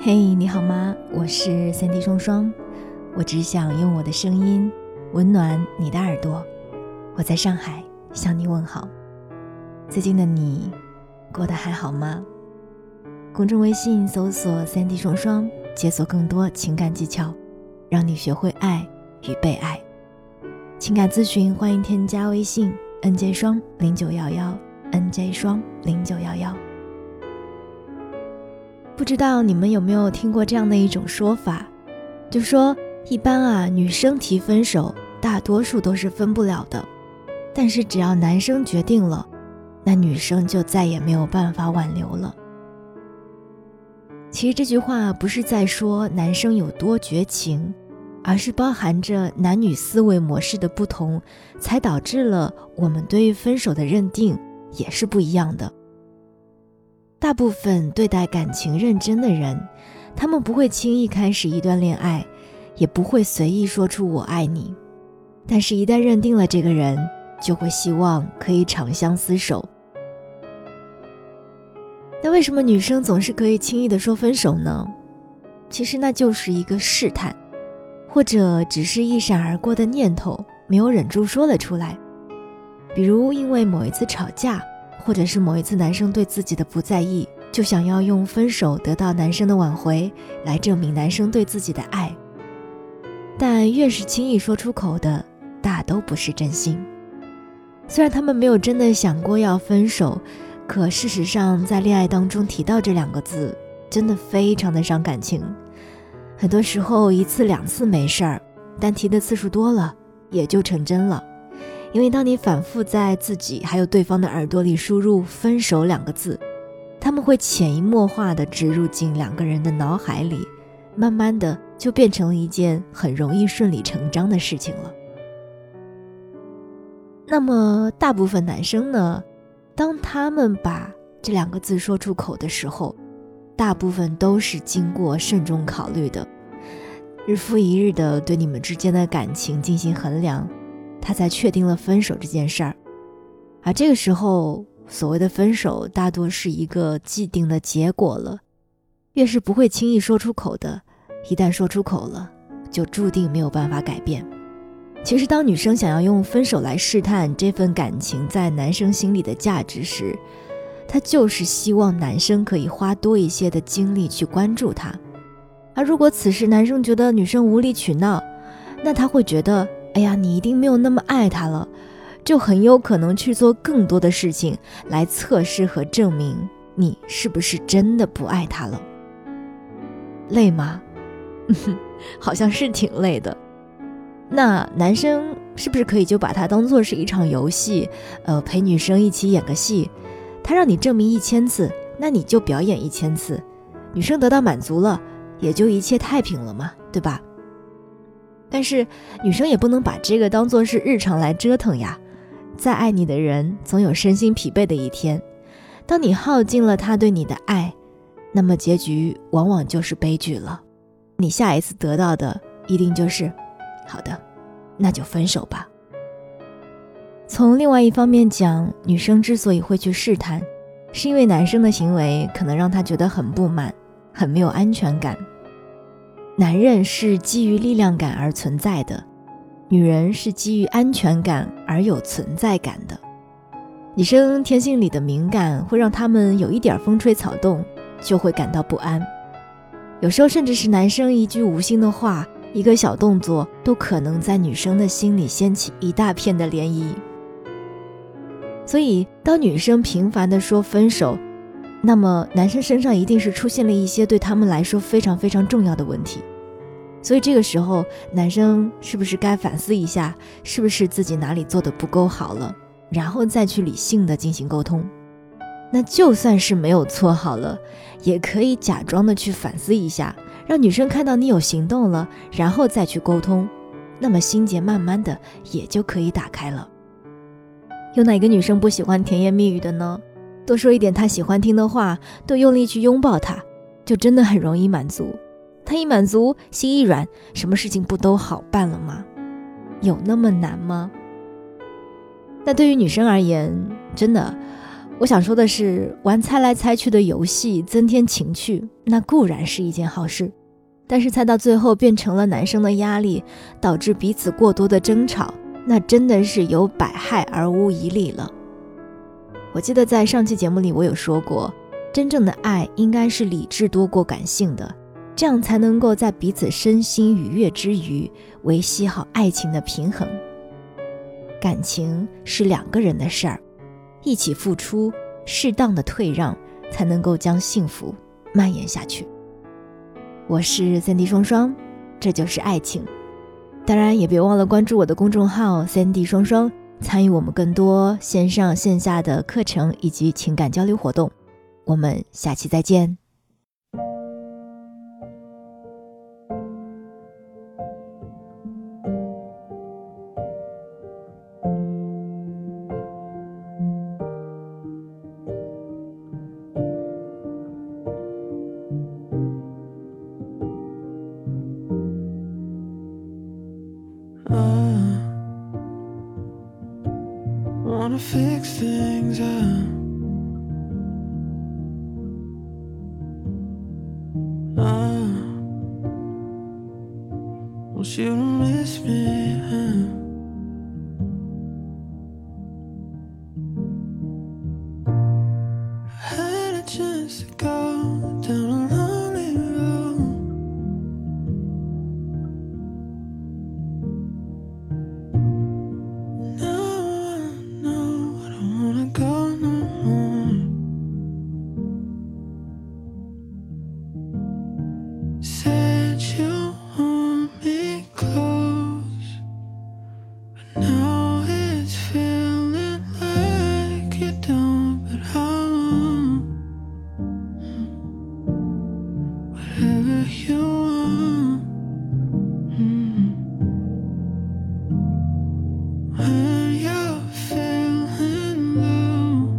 嘿，你好吗？我是三 D 双双，我只想用我的声音温暖你的耳朵。我在上海向你问好。最近的你过得还好吗？公众微信搜索三 D 双双，解锁更多情感技巧，让你学会爱与被爱。情感咨询欢迎添加微信 NJ 双0911 NJ 双0911。不知道你们有没有听过这样的一种说法，就说一般女生提分手大多数都是分不了的，但是只要男生决定了，那女生就再也没有办法挽留了。其实这句话不是在说男生有多绝情，而是包含着男女思维模式的不同，才导致了我们对于分手的认定也是不一样的。大部分对待感情认真的人，他们不会轻易开始一段恋爱，也不会随意说出我爱你，但是一旦认定了这个人，就会希望可以长相厮守。那为什么女生总是可以轻易地说分手呢？其实那就是一个试探，或者只是一闪而过的念头，没有忍住说了出来。比如因为某一次吵架，或者是某一次男生对自己的不在意，就想要用分手得到男生的挽回，来证明男生对自己的爱。但越是轻易说出口的，大都不是真心。虽然他们没有真的想过要分手，可事实上在恋爱当中提到这两个字，真的非常的伤感情。很多时候一次两次没事儿，但提的次数多了，也就成真了。因为当你反复在自己还有对方的耳朵里输入分手两个字，他们会潜移默化地植入进两个人的脑海里，慢慢的就变成了一件很容易顺理成章的事情了。那么大部分男生呢，当他们把这两个字说出口的时候，大部分都是经过慎重考虑的，日复一日的对你们之间的感情进行衡量，他才确定了分手这件事儿。而这个时候所谓的分手大多是一个既定的结果了，越是不会轻易说出口的，一旦说出口了，就注定没有办法改变。其实当女生想要用分手来试探这份感情在男生心里的价值时，她就是希望男生可以花多一些的精力去关注她。而如果此时男生觉得女生无理取闹，那他会觉得哎呀，你一定没有那么爱他了，就很有可能去做更多的事情来测试和证明你是不是真的不爱他了。累吗？好像是挺累的。那男生是不是可以就把它当作是一场游戏，陪女生一起演个戏，他让你证明1000次，那你就表演1000次，女生得到满足了，也就一切太平了嘛，对吧？但是女生也不能把这个当作是日常来折腾呀，再爱你的人总有身心疲惫的一天，当你耗尽了他对你的爱，那么结局往往就是悲剧了。你下一次得到的一定就是好的，那就分手吧。从另外一方面讲，女生之所以会去试探，是因为男生的行为可能让她觉得很不满，很没有安全感。男人是基于力量感而存在的，女人是基于安全感而有存在感的。女生天性里的敏感会让他们有一点风吹草动就会感到不安，有时候甚至是男生一句无心的话，一个小动作都可能在女生的心里掀起一大片的涟漪。所以当女生频繁地说分手，那么男生身上一定是出现了一些对他们来说非常非常重要的问题。所以这个时候男生是不是该反思一下，是不是自己哪里做得不够好了，然后再去理性的进行沟通。那就算是没有错好了，也可以假装的去反思一下，让女生看到你有行动了，然后再去沟通，那么心结慢慢的也就可以打开了。有哪个女生不喜欢甜言蜜语的呢？多说一点她喜欢听的话，多用力去拥抱她，就真的很容易满足。她一满足，心一软，什么事情不都好办了吗？有那么难吗？那对于女生而言，真的我想说的是，玩猜来猜去的游戏增添情趣，那固然是一件好事，但是猜到最后变成了男生的压力，导致彼此过多的争吵，那真的是有百害而无一利了。我记得在上期节目里我有说过，真正的爱应该是理智多过感性的，这样才能够在彼此身心愉悦之余，维系好爱情的平衡。感情是两个人的事儿，一起付出，适当的退让，才能够将幸福蔓延下去。我是3D 双双，这就是爱情。当然也别忘了关注我的公众号3D 双双，参与我们更多线上线下的课程以及情感交流活动。我们下期再见。 Wanna fix things up. Want you to miss me, Had a chance to go down a lonely road. Now I know I don't wanna go no more. Said you want me close, but now it's feeling like you don't. But I want whatever you want. When you're feeling low,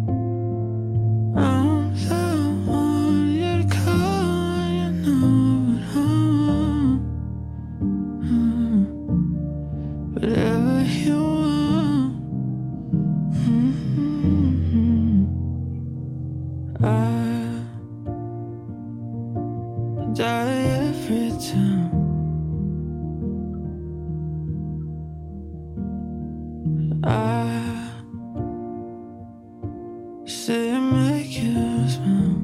I'm the one you'd call. You know what I want. Whatever you want. I die every time. I say it make you smile.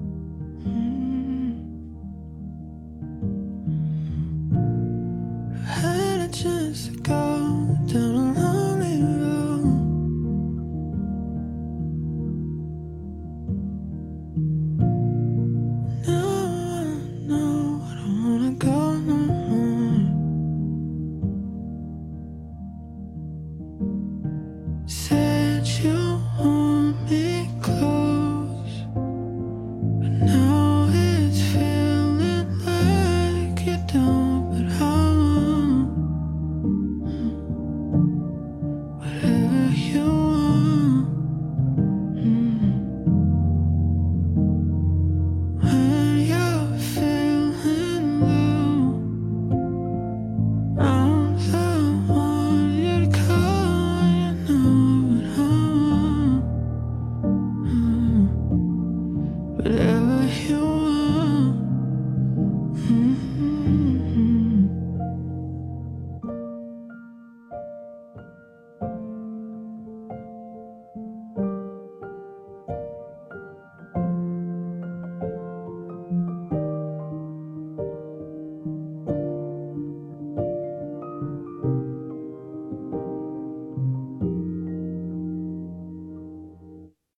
Had a chance to go down a lonely road. Now I know I don't wanna go no more. Said you want me close, but now it's feeling like you don't. But I want whatever you want. When you're feeling low, I'm the one you'd call. You know what I want. Whatever